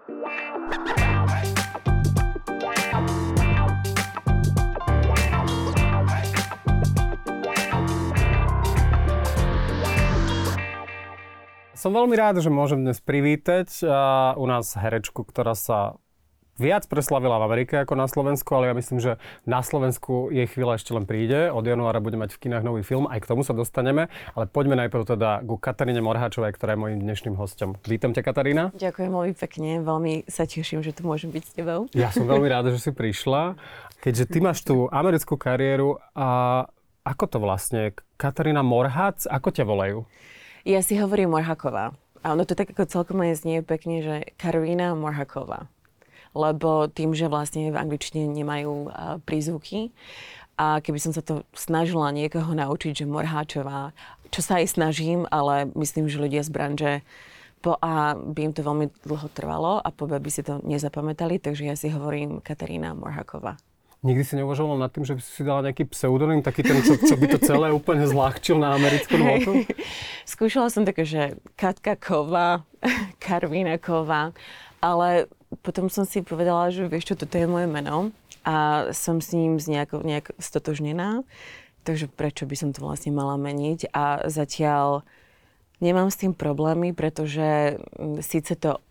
Som veľmi rád, že môžem dnes privítať u nás herečku, ktorá sa viac preslavila v Amerike ako na Slovensku, ale ja myslím, že na Slovensku jej chvíľa ešte len príde. Od januára bude mať v kinách nový film, aj k tomu sa dostaneme, ale poďme najprv teda ku Kataríne Morháčovej, ktorá je mojím dnešným hosťom. Vítam ťa, Katarína. Ďakujem veľmi pekne, veľmi sa teším, že tu môžem byť s tebou. Ja som veľmi rád, že si prišla, keďže ty máš tú americkú kariéru a ako to vlastne? Katarína Morhác, ako ťa volajú? Ja si hovorím Morháková. A ono to tak ako celkom aj znie pekne, že Katarína Morháková. Lebo tým, že vlastne v angličtine nemajú prízvuky. A keby som sa to snažila niekoho naučiť, že Morháčová, čo sa aj snažím, ale myslím, že ľudia z branže po A by im to veľmi dlho trvalo a po B by si to nezapamätali, takže ja si hovorím Katarína Morháková. Nikdy si neuvažoval nad tým, že by si dala nejaký pseudonym, taký ten, čo by to celé úplne zľahčil na americkú notu? Skúšala som také, že Katka Ková, Karvína Ková, ale potom som si povedala, že vieš čo, toto je moje meno a som s ním nejak stotožnená, takže prečo by som to vlastne mala meniť a zatiaľ nemám s tým problémy, pretože síce to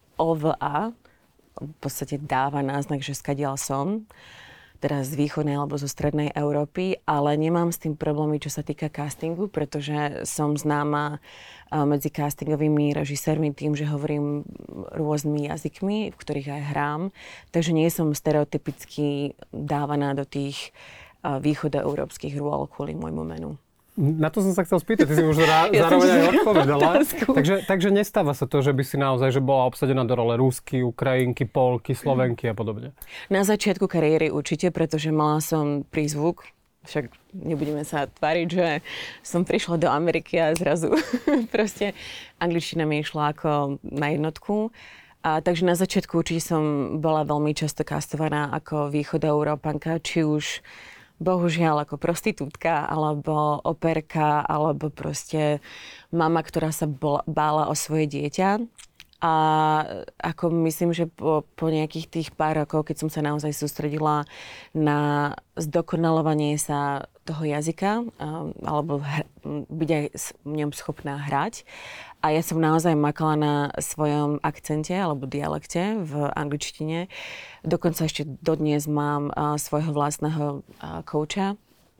OVA v podstate dáva náznak, že skadiaľ som, teraz z východnej alebo zo strednej Európy, ale nemám s tým problémy, čo sa týka castingu, pretože som známa medzi castingovými režisérmi tým, že hovorím rôznymi jazykmi, v ktorých aj hrám, takže nie som stereotypicky dávaná do tých východoeurópskych rôl kvôli môjmu menu. Na to som sa chcel spýtať, ty si už zároveň aj odpovedala. Takže nestáva sa to, že by si naozaj že bola obsadená do role Rusky, Ukrajinky, Polky, Slovenky a podobne? Na začiatku kariéry určite, pretože mala som prízvuk, však nebudeme sa tváriť, že som prišla do Ameriky a zrazu proste angličtina mi išla ako na jednotku. Takže na začiatku určite som bola veľmi často kastovaná ako východoeurópanka, či už bohužiaľ ako prostitútka, alebo operka, alebo proste mama, ktorá sa bála o svoje dieťa. A ako myslím, že po nejakých tých pár rokov, keď som sa naozaj sústredila na zdokonalovanie sa toho jazyka, alebo byť aj v ňom schopná hrať. A ja som naozaj makala na svojom akcente alebo dialekte v angličtine. Dokonca ešte dodnes mám svojho vlastného kouča,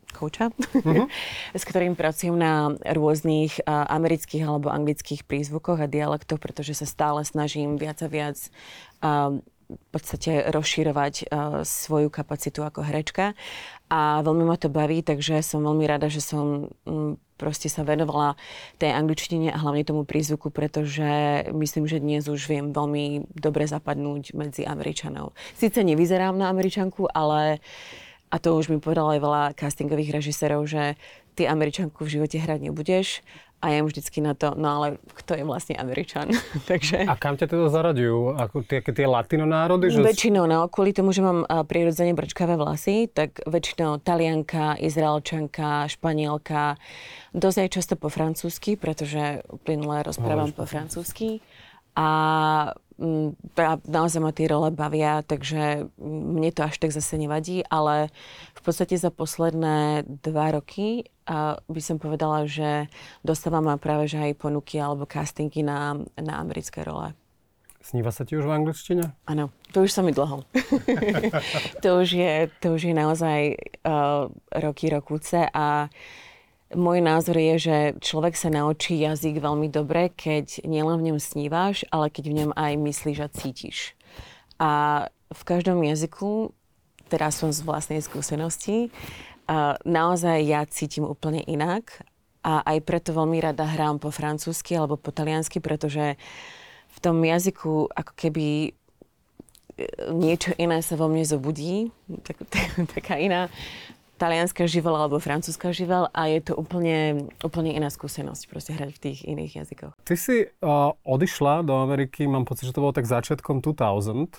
s ktorým pracujem na rôznych amerických alebo anglických prízvukoch a dialektoch, pretože sa stále snažím viac a viac v podstate rozširovať svoju kapacitu ako herečka. A veľmi ma to baví, takže som veľmi rada, že som proste sa venovala tej angličtine a hlavne tomu prízvuku, pretože myslím, že dnes už viem veľmi dobre zapadnúť medzi Američanov. Sice nevyzerám na Američanku, ale a to už mi povedalo aj veľa castingových režisérov, že ty Američanku v živote hrať nebudeš. A ja im vždycky na to, no ale kto je vlastne Američan? Takže... A kam ťa teda zaraďujú? Ako tie latino národy? Že... Väčšinou, no, kvôli tomu, že mám prirodzene brčkavé vlasy, tak väčšinou Talianka, Izraelčanka, Španielka, dosť aj často po francúzsky, pretože plynule rozprávam po francúzsky. A naozaj ma tie role bavia, takže mne to až tak zase nevadí, ale v podstate za posledné 2 roky by som povedala, že dostávam práve že aj ponuky alebo castingy na americké role. Sníva sa ti už v angličtine? Áno, to už sa mi dlho. to už je naozaj roky, rokúce a môj názor je, že človek sa naučí jazyk veľmi dobre, keď nielen v ňom snívaš, ale keď v ňom aj myslíš a cítiš. A v každom jazyku, teraz som z vlastnej skúsenosti, naozaj ja cítim úplne inak. A aj preto veľmi rada hrám po francúzsky alebo po taliansky, pretože v tom jazyku ako keby niečo iné sa vo mne zobudí, taká iná talianská živel alebo francúzska živel a je to úplne iná skúsenosť proste hrať v tých iných jazykoch. Ty si odišla do Ameriky, mám pocit, že to bolo tak začiatkom 2000.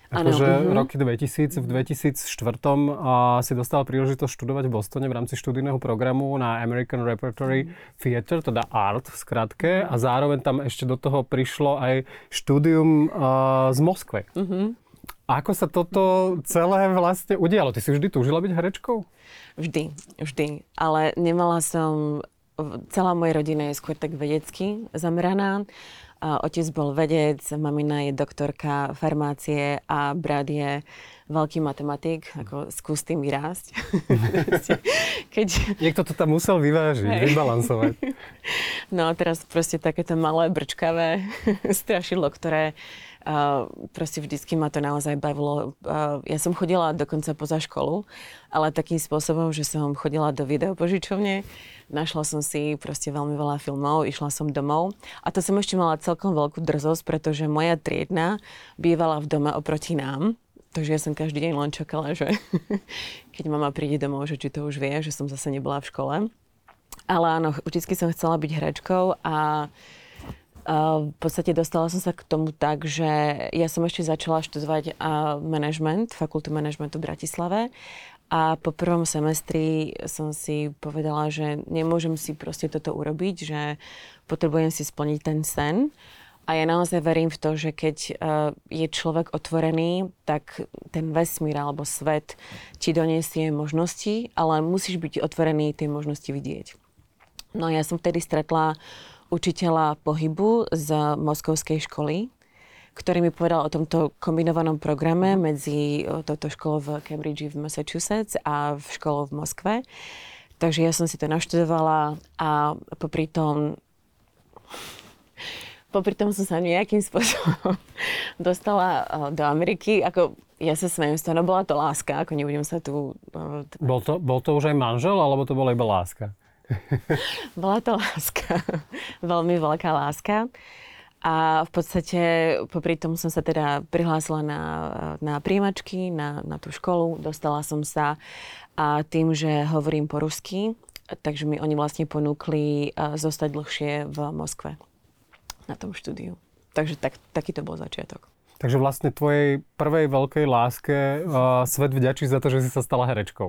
Akože roky 2000, v 2004 si dostal príležitosť študovať v Bostone v rámci študijného programu na American Repertory Theatre, teda ART v skratke, a zároveň tam ešte do toho prišlo aj štúdium z Moskvy. Ako sa toto celé vlastne udialo? Ty si vždy túžila byť herečkou? Vždy. Ale nemala som... Celá moja rodina je skôr tak vedecky zameraná. Otec bol vedec, mamina je doktorka farmácie a brat je veľký matematik, ako skús tým vyrásť. Niekto to tam musel vyvážiť, vybalansovať. No a teraz proste takéto malé, brčkavé strašidlo, ktoré proste vždycky ma to naozaj bavilo. Ja som chodila dokonca poza školu, ale takým spôsobom, že som chodila do videopožičovne, našla som si proste veľmi veľa filmov, išla som domov a to som ešte mala celkom veľkú drzosť, pretože moja triedna bývala v dome oproti nám. Takže ja som každý deň len čakala, že keď mama príde domov, že či to už vie, že som zase nebola v škole. Ale áno, vždycky som chcela byť herečkou a v podstate dostala som sa k tomu tak, že ja som ešte začala študovať management, fakultu managementu v Bratislave. A po prvom semestri som si povedala, že nemôžem si proste toto urobiť, že potrebujem si splniť ten sen. A ja naozaj verím v to, že keď je človek otvorený, tak ten vesmír alebo svet ti doniesie možnosti, ale musíš byť otvorený tie možnosti vidieť. No ja som vtedy stretla učiteľa pohybu z moskovskej školy, ktorý mi povedal o tomto kombinovanom programe medzi touto školou v Cambridge v Massachusetts a v školou v Moskve. Takže ja som si to naštudovala a popri tom som sa nejakým spôsobom dostala do Ameriky. Ako, ja sa smejem z toho, no bola to láska, ako nebudem sa tu... Bol to už aj manžel, alebo to bola iba láska? Bola to láska. Veľmi veľká láska. A v podstate popri tom som sa teda prihlásila na prijímačky, na tú školu. Dostala som sa a tým, že hovorím po rusky, takže mi oni vlastne ponúkli zostať dlhšie v Moskve na tom štúdiu. Takže taký to bol začiatok. Takže vlastne tvojej prvej veľkej láske svet vďačí za to, že si sa stala herečkou.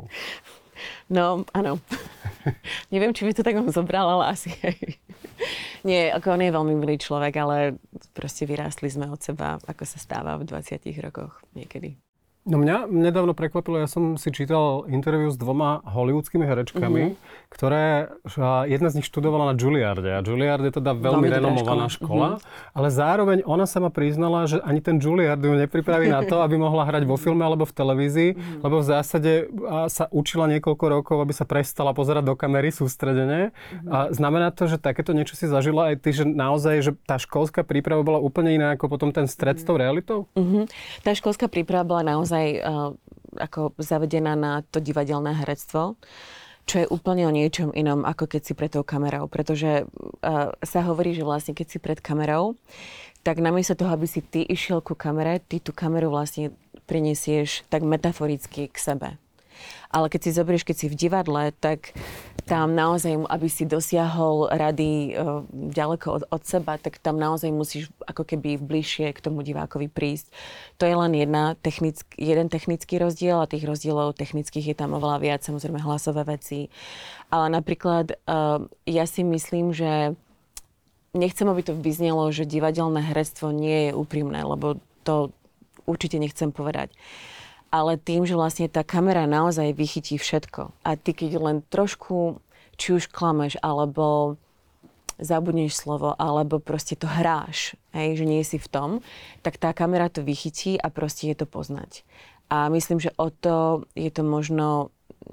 No, áno. Neviem, či by to tak on zobral, ale asi aj. Nie, ako on je veľmi milý človek, ale proste vyrástli sme od seba, ako sa stáva v 20 rokoch niekedy. No mňa nedávno prekvapilo, ja som si čítal interview s 2 hollywoodskými herečkami, ktoré, jedna z nich študovala na Juilliarde. A Juilliard je teda veľmi renomovaná škola, ale zároveň ona sama priznala, že ani ten Juilliard ju nepripraví na to, aby mohla hrať vo filme alebo v televízii, lebo v zásade sa učila niekoľko rokov, aby sa prestala pozerať do kamery sústredene. A znamená to, že takéto niečo si zažila aj ty, že naozaj, že tá školská príprava bola úplne iná ako potom ten stret s tou realitou? Tá školská príprava bola naozaj ako zavedená na to divadelné herectvo, čo je úplne o niečom inom, ako keď si pred tou kamerou. Pretože sa hovorí, že vlastne keď si pred kamerou, tak namiesto toho, aby si ty išiel ku kamere, ty tú kameru vlastne prinesieš tak metaforicky k sebe. Ale keď si zoberieš, keď si v divadle, tak tam naozaj, aby si dosiahol rady ďaleko od seba, tak tam naozaj musíš ako keby bližšie k tomu divákovi prísť. To je len jeden technický rozdiel a tých rozdielov technických je tam oveľa viac, samozrejme hlasové veci. Ale napríklad ja si myslím, že nechcem, aby to vyznelo, že divadelné herectvo nie je úprimné, lebo to určite nechcem povedať. Ale tým, že vlastne tá kamera naozaj vychytí všetko. A ty keď len trošku, či už klameš, alebo zabudneš slovo, alebo proste to hráš, že nie si v tom, tak tá kamera to vychytí a proste je to poznať. A myslím, že o to je to možno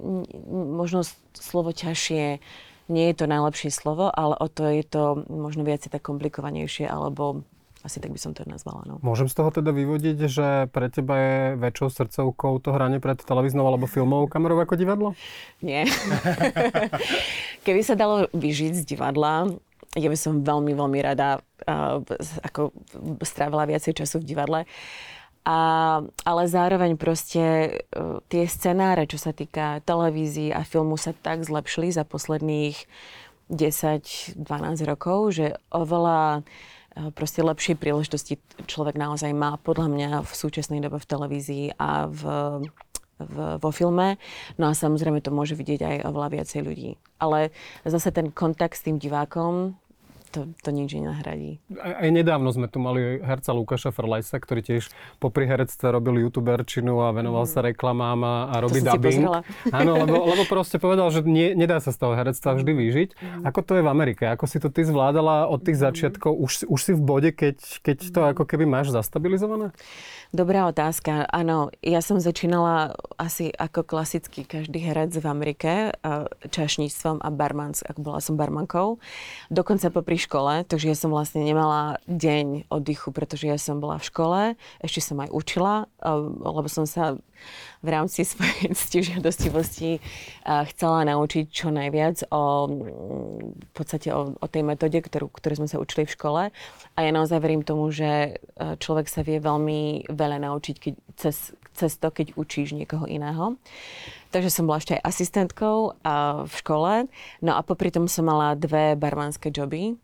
slovo ťažšie, nie je to najlepšie slovo, ale o to je to možno viac tak komplikovanejšie, alebo asi tak by som to nazvala, no. Môžem z toho teda vyvodiť, že pre teba je väčšou srdcovkou to hranie pred televíznou alebo filmovou kamerou ako divadlo? Nie. Keby sa dalo vyžiť z divadla, ja by som veľmi, veľmi rada ako strávila viacej času v divadle. Ale zároveň proste tie scenáre, čo sa týka televízií a filmu, sa tak zlepšili za posledných 10-12 rokov, že oveľa proste lepšie príležitosti človek naozaj má podľa mňa v súčasnej dobe v televízii a vo filme. No a samozrejme to môže vidieť aj oveľa viacej ľudí. Ale zase ten kontakt s tým divákom, to nič nenahradí. Aj nedávno sme tu mali herca Lukáša Frlajsa, ktorý tiež popri herectve robil youtuberčinu a venoval sa reklamám a robí dubbing. Áno, lebo proste povedal, že nedá sa z toho herectva vždy vyžiť. Ako to je v Amerike? Ako si to ty zvládala od tých začiatkov? Už si v bode, keď to ako keby máš zastabilizované? Dobrá otázka. Áno, ja som začínala asi ako klasický každý herec v Amerike čašníctvom a bola som barmankou. Dokonca popri škole, takže ja som vlastne nemala deň oddychu, pretože ja som bola v škole, ešte som aj učila, lebo som sa v rámci svojej ctižiadostivosti chcela naučiť čo najviac v podstate o tej metóde, ktorú sme sa učili v škole. A ja naozaj verím tomu, že človek sa vie veľmi veľa naučiť cez to, keď učíš niekoho iného. Takže som bola ešte aj asistentkou v škole. No a popri tom som mala 2 barmanské joby.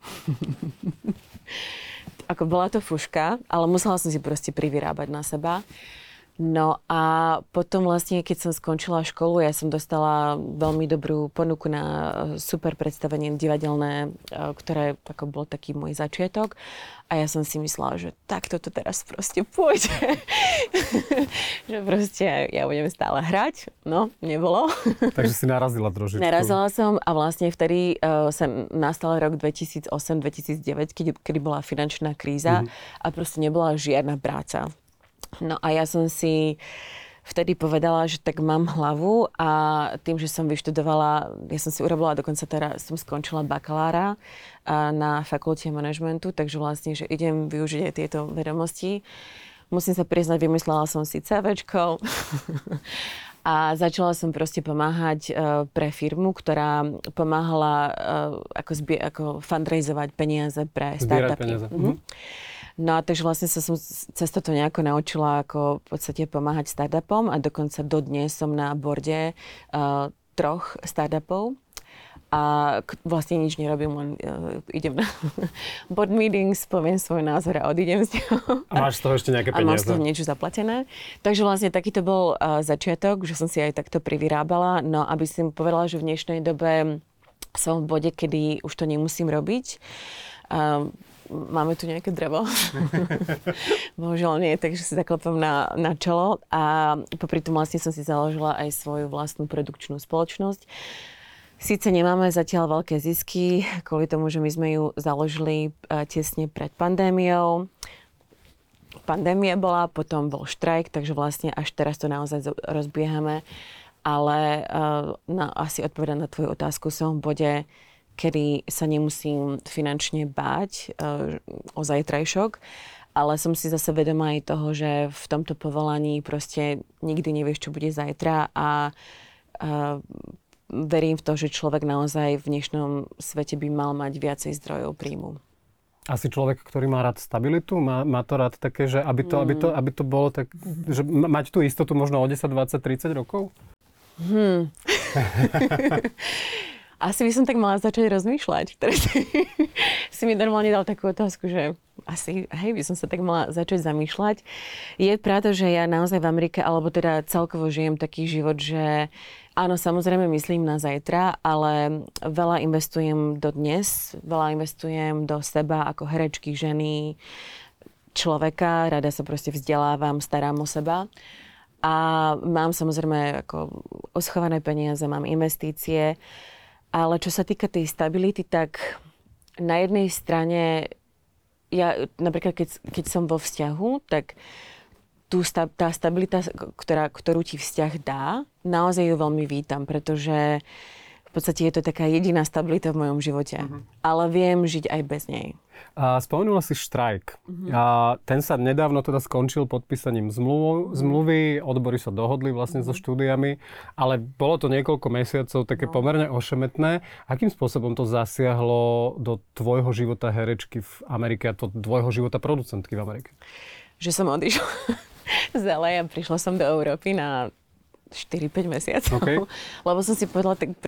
Ako bola to fuška, ale musela som si proste privyrábať na seba. No a potom vlastne, keď som skončila školu, ja som dostala veľmi dobrú ponuku na super predstavenie divadelné, ktoré ako bol taký môj začiatok. A ja som si myslela, že takto to teraz proste pôjde. Že proste ja budem stále hrať. No, nebolo. Takže si narazila trošičku. Narazila som a vlastne vtedy sa nastal rok 2008-2009, kedy bola finančná kríza a proste nebola žiadna práca. No a ja som si vtedy povedala, že tak mám hlavu a tým, že som vyštudovala, ja som si urobila dokonca teraz, som skončila bakalára na fakulte manažmentu, takže vlastne, že idem využiť aj tieto vedomosti. Musím sa priznať, vymyslela som si CVčko a začala som proste pomáhať pre firmu, ktorá pomáhala ako fundraizovať peniaze pre startupy. No a takže vlastne som cez toto nejako naučila ako v podstate pomáhať startupom a dokonca dodnes som na borde 3 startupov a vlastne nič nerobím, len idem na board meetings, poviem svoj názor a odídem z neho. A máš z toho ešte nejaké peniaze. A mám z toho niečo zaplatené. Takže vlastne takýto bol začiatok, že som si aj takto privyrábala. No aby som povedala, že v dnešnej dobe som v bode, kedy už to nemusím robiť. Máme tu nejaké drevo. Bohužiaľ nie, takže si zaklepám na čelo. A popri tom vlastne som si založila aj svoju vlastnú produkčnú spoločnosť. Síce nemáme zatiaľ veľké zisky, kvôli tomu, že my sme ju založili tesne pred pandémiou. Pandémia bola, potom bol štrajk, takže vlastne až teraz to naozaj rozbiehame. Ale asi odpovedať na tvoju otázku, som v bode, kedy sa nemusím finančne báť o zajtrajšok, ale som si zase vedomá aj toho, že v tomto povolaní proste nikdy nevieš, čo bude zajtra a verím v to, že človek naozaj v dnešnom svete by mal mať viacej zdrojov príjmu. Asi človek, ktorý má rád stabilitu, má to rád také, že aby to bolo tak, že mať tú istotu možno o 10, 20, 30 rokov? Asi by som tak mala začať rozmýšľať. Teraz si mi normálne dal takú otázku, že asi, by som sa tak mala začať zamýšľať. Je pravda, že ja naozaj v Amerike, alebo teda celkovo žijem taký život, že áno, samozrejme myslím na zajtra, ale veľa investujem do dnes, veľa investujem do seba ako herečky, ženy, človeka, rada sa proste vzdelávam, starám o seba. A mám samozrejme ako oschované peniaze, mám investície. Ale čo sa týka tej stability, tak na jednej strane, ja napríklad keď som vo vzťahu, tak tá stabilita, ktorú ti vzťah dá, naozaj ju veľmi vítam, pretože v podstate je to taká jediná stabilita v mojom živote. Ale viem žiť aj bez nej. A spomenula si štrajk. A ten sa nedávno teda skončil podpísaním zmluvy, odbory sa dohodli vlastne so štúdiami, ale bolo to niekoľko mesiacov také pomerne ošemetné. Akým spôsobom to zasiahlo do tvojho života herečky v Amerike a do tvojho života producentky v Amerike? Že som odišla z LA a prišla som do Európy na 4-5 mesiacov. Okay. Lebo som si povedala, tak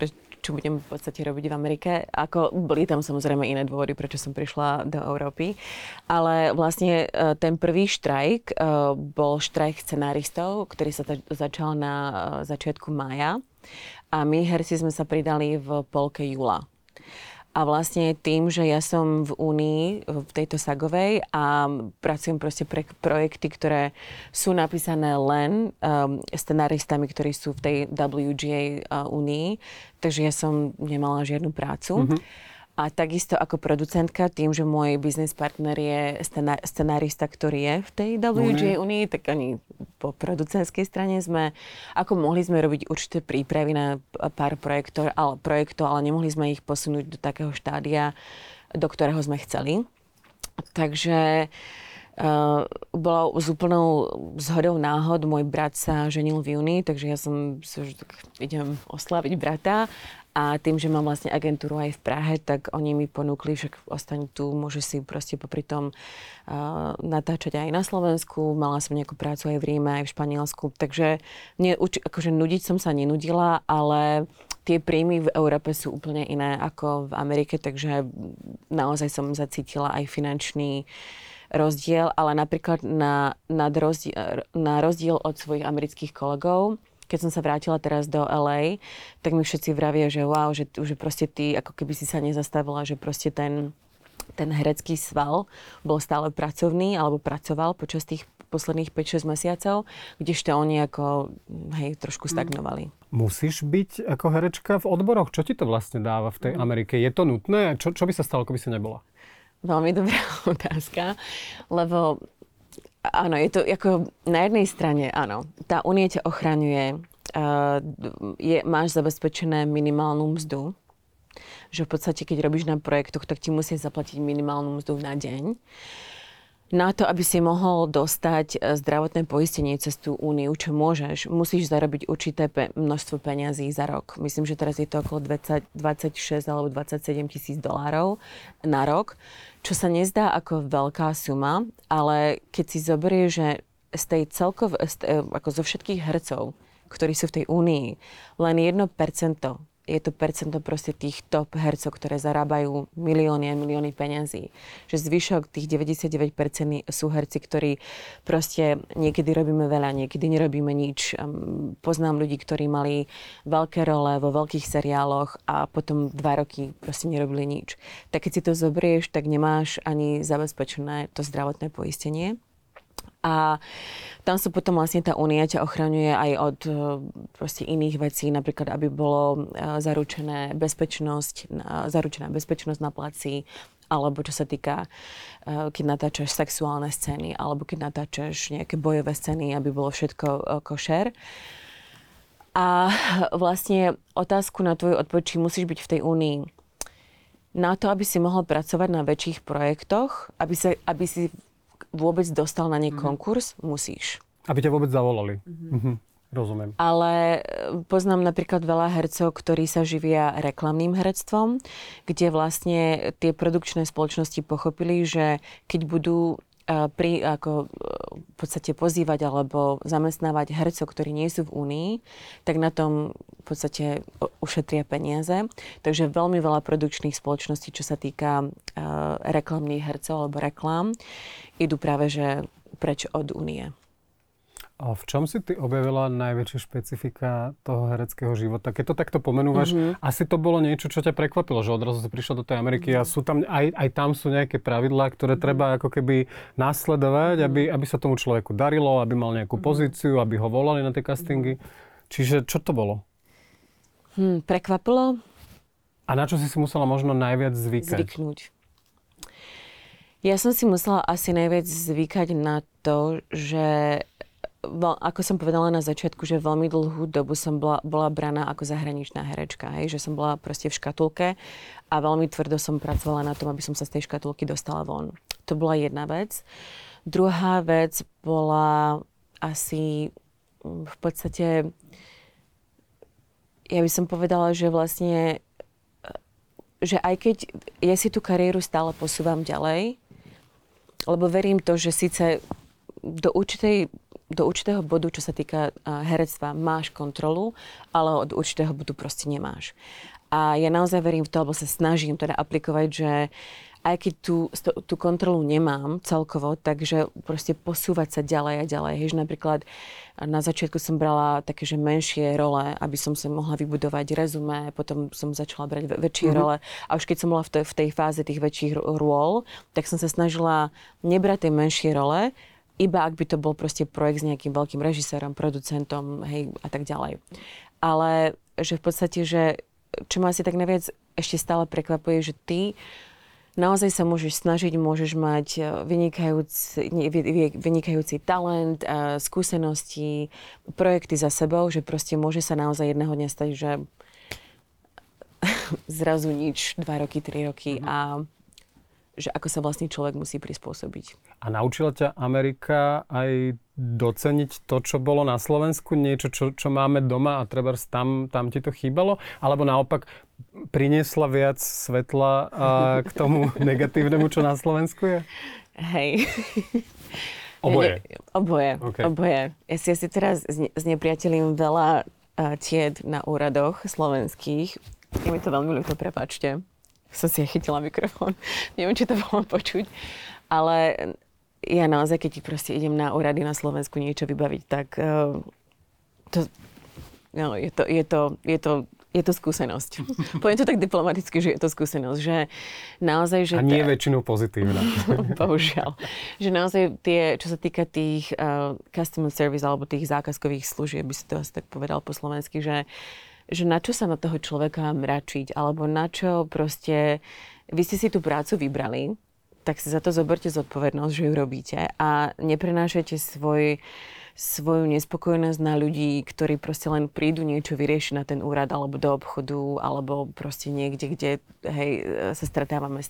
čo budem v podstate robiť v Amerike. Ako boli tam samozrejme iné dôvody, prečo som prišla do Európy. Ale vlastne ten prvý štrajk bol štrajk scenáristov, ktorý sa začal na začiatku mája. A my herci sme sa pridali v polke júla. A vlastne tým, že ja som v Únii, v tejto Sagovej a pracujem proste pre projekty, ktoré sú napísané len scenáristami, ktorí sú v tej WGA Únii, takže ja som nemala žiadnu prácu. A takisto ako producentka, tým, že môj business partner je scenárista, ktorý je v tej WGA Unii, tak ani po producentskej strane mohli sme robiť určité prípravy na pár projektov, ale nemohli sme ich posunúť do takého štádia, do ktorého sme chceli. Takže bola s úplnou zhodou náhod, môj brat sa ženil v júni, takže ja som tak idem osláviť brata. A tým, že mám vlastne agentúru aj v Prahe, tak oni mi ponúkli, však ostaň tu, môžeš si proste popri tom natáčať aj na Slovensku. Mala som nejakú prácu aj v Ríme, aj v Španielsku. Takže akože nudiť som sa nenudila, ale tie príjmy v Európe sú úplne iné ako v Amerike, takže naozaj som zacítila aj finančný rozdiel, ale napríklad na rozdiel od svojich amerických kolegov, keď som sa vrátila teraz do LA, tak mi všetci vravia, že wow, že proste ty ako keby si sa nezastavila, že proste ten herecký sval bol stále pracovný alebo pracoval počas tých posledných 5-6 mesiacov, kdežto oni ako, trošku stagnovali. Musíš byť ako herečka v odboroch? Čo ti to vlastne dáva v tej Amerike? Je to nutné? Čo by sa stalo, keby si nebola? Veľmi dobrá otázka, lebo áno, je to ako na jednej strane, áno, tá Únia ťa ochraňuje, máš zabezpečené minimálnu mzdu, že v podstate, keď robíš na projektoch, tak ti musia zaplatiť minimálnu mzdu na deň. Na to, aby si mohol dostať zdravotné poistenie cez tú Úniu, čo môžeš, musíš zarobiť určité množstvo peňazí za rok. Myslím, že teraz je to okolo 26 alebo 27 tisíc dolárov na rok, čo sa nezdá ako veľká suma, ale keď si zoberieš, že z tej ako zo všetkých hercov, ktorí sú v tej Únii, len 1% je to percento proste tých top hercov, ktoré zarábajú milióny a milióny peňazí. Že zvyšok tých 99% sú herci, ktorí proste niekedy robíme veľa, niekedy nerobíme nič. Poznám ľudí, ktorí mali veľké role vo veľkých seriáloch a potom 2 roky proste nerobili nič. Tak keď si to zoberieš, tak nemáš ani zabezpečené to zdravotné poistenie. A tam sa potom vlastne tá Únia ťa ochraňuje aj od proste iných vecí, napríklad aby bolo zaručená bezpečnosť na placi, alebo čo sa týka, keď natáčaš sexuálne scény, alebo keď natáčaš nejaké bojové scény, aby bolo všetko košer. A vlastne otázku na tvoju odpoveď, či musíš byť v tej Únii. Na to, aby si mohol pracovať na väčších projektoch, aby si vôbec dostal na nej konkurs, musíš. Aby ťa vôbec zavolali. Rozumiem. Ale poznám napríklad veľa hercov, ktorí sa živia reklamným herectvom, kde vlastne tie produkčné spoločnosti pochopili, že keď budú v podstate pozývať alebo zamestnávať hercov, ktorí nie sú v Únii, tak na tom v podstate ušetria peniaze. Takže veľmi veľa produkčných spoločností, čo sa týka reklamných hercov alebo reklám, idú práve že preč od Únie. A v čom si ty objavila najväčšie špecifika toho hereckého života? Keď to takto pomenúvaš, asi to bolo niečo, čo ťa prekvapilo, že odrazu si prišla do tej Ameriky a sú tam, aj tam sú nejaké pravidlá, ktoré treba ako keby nasledovať, aby sa tomu človeku darilo, aby mal nejakú pozíciu, aby ho volali na tie castingy. Čiže čo to bolo? Prekvapilo? A na čo si musela možno najviac zvyknúť? Ja som si musela asi najviac zvykať na to, že ako som povedala na začiatku, že veľmi dlhú dobu som bola braná ako zahraničná herečka, že som bola proste v škatulke a veľmi tvrdo som pracovala na tom, aby som sa z tej škatulky dostala von. To bola jedna vec. Druhá vec bola asi v podstate, ja by som povedala, že vlastne, že aj keď ja si tú kariéru stále posúvam ďalej, lebo verím to, že síce do určitej do určitého bodu, čo sa týka herectva, máš kontrolu, ale od určitého bodu proste nemáš. A ja naozaj verím v to, alebo sa snažím teda aplikovať, že aj keď tú kontrolu nemám celkovo, takže proste posúvať sa ďalej a ďalej. Hež napríklad na začiatku som brala také, že menšie role, aby som sa mohla vybudovať rezume, potom som začala brať väčšie role. A už keď som bola v tej fáze tých väčších rôl, tak som sa snažila nebrať tie menšie role, iba ak by to bol proste projekt s nejakým veľkým režisérom, producentom, hej, a tak ďalej. Ale že v podstate, že čo ma asi tak najviac ešte stále prekvapuje, že ty naozaj sa môžeš snažiť, môžeš mať vynikajúci talent, skúsenosti, projekty za sebou, že proste môže sa naozaj jedného dňa stať, že zrazu nič, 2 roky, 3 roky a že ako sa vlastne človek musí prispôsobiť. A naučila ťa Amerika aj doceniť to, čo bolo na Slovensku? Niečo, čo máme doma a trebárs tam ti to chýbalo? Alebo naopak priniesla viac svetla k tomu negatívnemu, čo na Slovensku je? Hej. Oboje. Oboje. Ja si teraz znepriatelím veľa tied na úradoch slovenských. Je mi to veľmi ľúto, prepáčte. Som si chytila mikrofón. Neviem, či to bolo počuť. Ale ja naozaj, keď proste idem na úrady na Slovensku niečo vybaviť, tak je to skúsenosť. Poviem to tak diplomaticky, že je to skúsenosť. Že naozaj, že a nie je väčšinou pozitívna. Bohužiaľ. Že naozaj čo sa týka tých customer service alebo tých zákazkových služieb, by si to asi tak povedal po slovensky, že na čo sa na toho človeka mračiť, alebo na čo proste, vy ste si tú prácu vybrali, tak si za to zoberte zodpovednosť, že ju robíte a neprenášajte svoju nespokojnosť na ľudí, ktorí proste len prídu niečo vyriešiť na ten úrad, alebo do obchodu, alebo proste niekde, kde sa stretávame s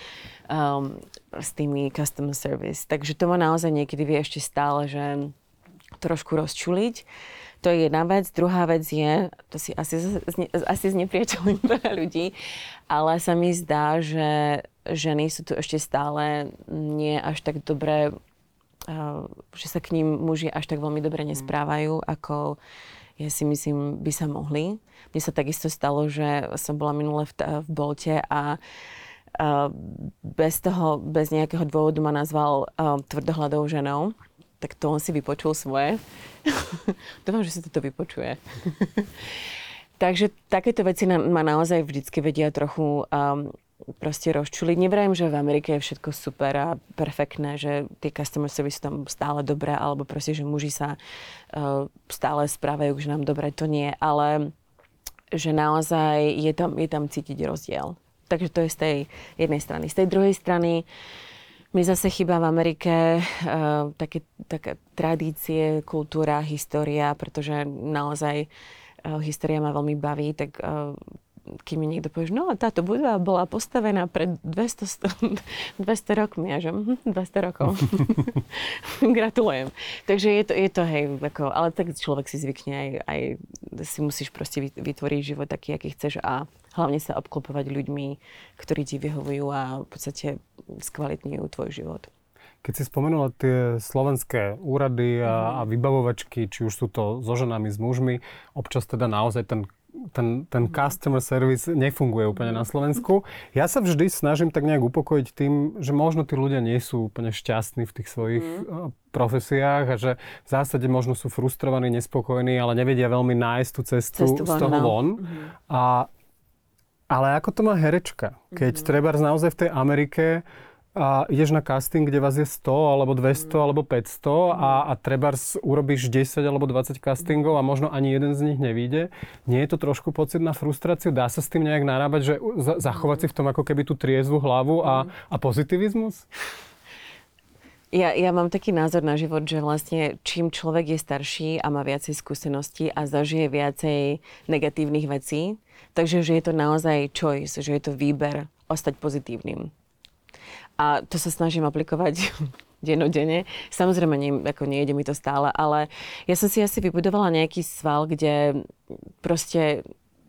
tými customer service. Takže to ma naozaj niekedy vie ešte stále, že trošku rozčuliť. To je jedna vec. Druhá vec je, to si asi znepriateľím veľa ľudí, ale sa mi zdá, že ženy sú tu ešte stále nie až tak dobré, že sa k ním muži až tak veľmi dobre nesprávajú, ako ja si myslím, by sa mohli. Mne sa takisto stalo, že som bola minule v Bolte a bez nejakého dôvodu ma nazval tvrdohladou ženou. Tak to on si vypočul svoje. Dúfam, že si to vypočuje. Takže takéto veci ma naozaj vždycky vedia trochu proste rozčuliť. Nevrajím, že v Amerike je všetko super a perfektné, že tie customer service sú tam stále dobré, alebo proste, že muži sa stále správajú, že nám dobre, to nie. Ale že naozaj je tam cítiť rozdiel. Takže to je z tej jednej strany. Z tej druhej strany mi zase chýba v Amerike také tradície, kultúra, história, pretože naozaj história ma veľmi baví, tak keď mi niekto povie, no táto budova bola postavená pred 200 rokmi, a že 200 rokov. Gratulujem. Takže je to hej, ako, ale tak človek si zvykne aj si musíš proste vytvoriť život taký, aký chceš a hlavne sa obklopovať ľuďmi, ktorí ti vyhovujú a v podstate skvalitňujú tvoj život. Keď si spomenula tie slovenské úrady a vybavovačky, či už sú to so ženami, s mužmi, občas teda naozaj ten customer service nefunguje úplne na Slovensku. Ja sa vždy snažím tak nejak upokojiť tým, že možno tí ľudia nie sú úplne šťastní v tých svojich profesiách a že v zásade možno sú frustrovaní, nespokojní, ale nevedia veľmi nájsť tú cestu z toho von. Ale ako to má herečka? Keď trebárs naozaj v tej Amerike ideš na casting, kde vás je 100, alebo 200, alebo 500 a trebárs urobíš 10 alebo 20 castingov a možno ani jeden z nich nevíde. Nie je to trošku pocit na frustráciu? Dá sa s tým nejak narábať, že zachovať si v tom ako keby tú triezvu hlavu a pozitivizmus? Ja mám taký názor na život, že vlastne čím človek je starší a má viacej skúseností a zažije viacej negatívnych vecí, takže že je to naozaj choice, že je to výber ostať pozitívnym. A to sa snažím aplikovať dennodenne. Samozrejme, nejde mi to stále, ale ja som si asi vybudovala nejaký sval, kde proste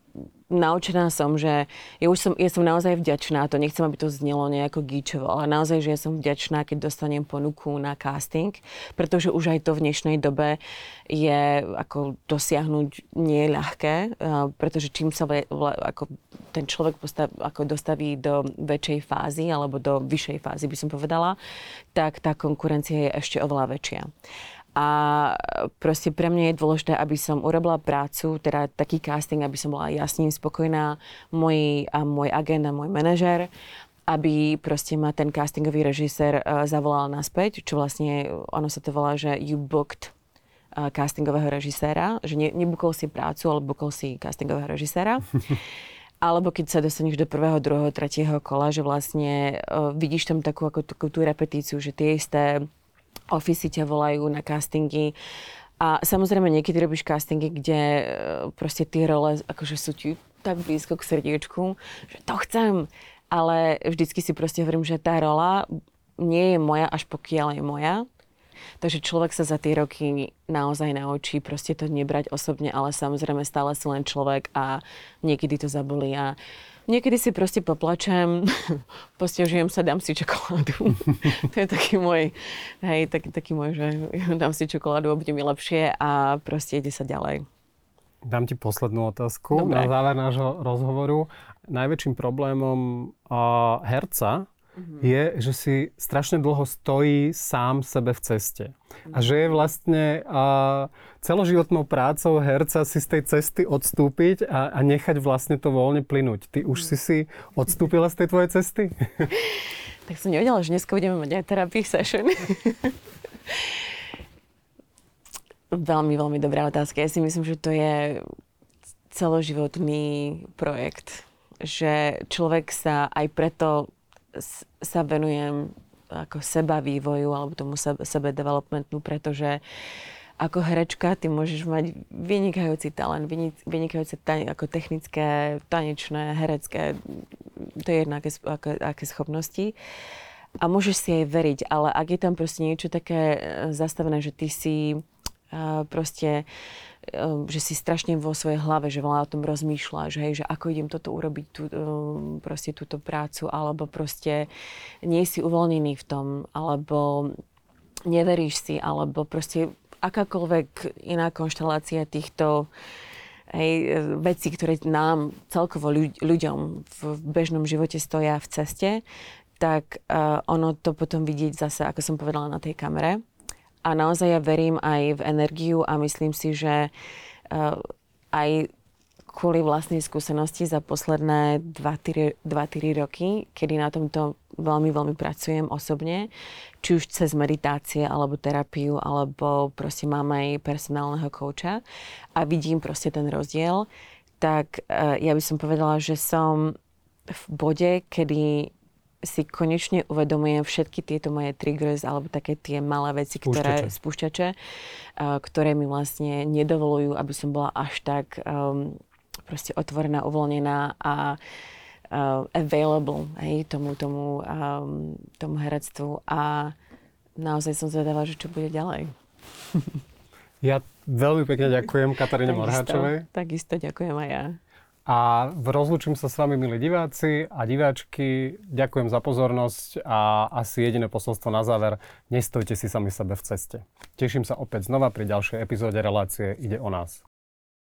naučená som, že ja som naozaj vďačná, to nechcem, aby to znelo nejako gíčovo, ale naozaj, že ja som vďačná, keď dostanem ponuku na casting, pretože už aj to v dnešnej dobe je ako dosiahnuť nie je ľahké, pretože čím sa ako ten človek dostaví do väčšej fázy alebo do vyššej fázy, by som povedala, tak tá konkurencia je ešte oveľa väčšia. A proste pre mňa je dôležité, aby som urobila prácu, teda taký casting, aby som bola jasne spokojná, môj agent a môj manažer, aby proste ma ten castingový režisér zavolal naspäť, čo vlastne ono sa to volá, že you booked castingového režiséra, že nebukol si prácu, ale bukol si castingového režiséra. Alebo keď sa dostaneš do prvého, druhého, tretieho kola, že vlastne vidíš tam takú tú repetíciu, že tie isté ofisy ťa volajú na castingy. A samozrejme niekedy robíš castingy, kde proste tie role akože sú ti tak blízko k srdiečku, že to chcem. Ale vždycky si proste hovorím, že tá rola nie je moja, až pokiaľ je moja. Takže človek sa za tie roky naozaj naučí proste to nebrať osobne, ale samozrejme stále si len človek a niekedy to zabolí a niekedy si proste poplačem, postiažujem sa, dám si čokoládu. To je taký môj, že dám si čokoládu, bude mi lepšie a proste ide sa ďalej. Dám ti poslednú otázku na záver nášho rozhovoru. Najväčším problémom herca je, že si strašne dlho stojí sám sebe v ceste. A že je vlastne celoživotnou prácou herca si z tej cesty odstúpiť a nechať vlastne to voľne plynúť. Ty už si odstúpila z tej tvojej cesty? Tak som nevedela, že dneska budeme mať aj therapy session. Veľmi, veľmi dobrá otázka. Ja si myslím, že to je celoživotný projekt. Že človek sa aj preto sa venujem ako seba vývoju alebo tomu sebe developmentu, pretože ako herečka ty môžeš mať vynikajúci talent, vynikajúce ako technické, tanečné, herecké, to je jedno, aké schopnosti. A môžeš si aj veriť, ale ak je tam proste niečo také zastavené, že ty si proste že si strašne vo svojej hlave, že veľa o tom rozmýšľaš, hej, že ako idem toto urobiť, proste túto prácu, alebo proste nie si uvoľnený v tom, alebo neveríš si, alebo proste akákoľvek iná konštelácia týchto vecí, ktoré nám celkovo ľuďom v bežnom živote stoja v ceste, tak ono to potom vidieť zase, ako som povedala, na tej kamere. A naozaj ja verím aj v energiu a myslím si, že aj kvôli vlastnej skúsenosti za posledné 2-3 roky, kedy na tomto veľmi, veľmi pracujem osobne, či už cez meditácie, alebo terapiu, alebo proste mám aj personálneho kouča a vidím proste ten rozdiel, tak ja by som povedala, že som v bode, kedy si konečne uvedomujem všetky tieto moje triggers alebo také tie malé veci, spúšťače, ktoré mi vlastne nedovolujú, aby som bola až tak proste otvorená, uvoľnená a available tomu herectvu. A naozaj som zvedavá, že čo bude ďalej. Ja veľmi pekne ďakujem Kataríne Morháčovej. Takisto ďakujem aj ja. A rozlúčim sa s vami, milí diváci a diváčky. Ďakujem za pozornosť a asi jediné posolstvo na záver. Nestojte si sami sebe v ceste. Teším sa opäť znova pri ďalšej epizóde relácie Ide o nás.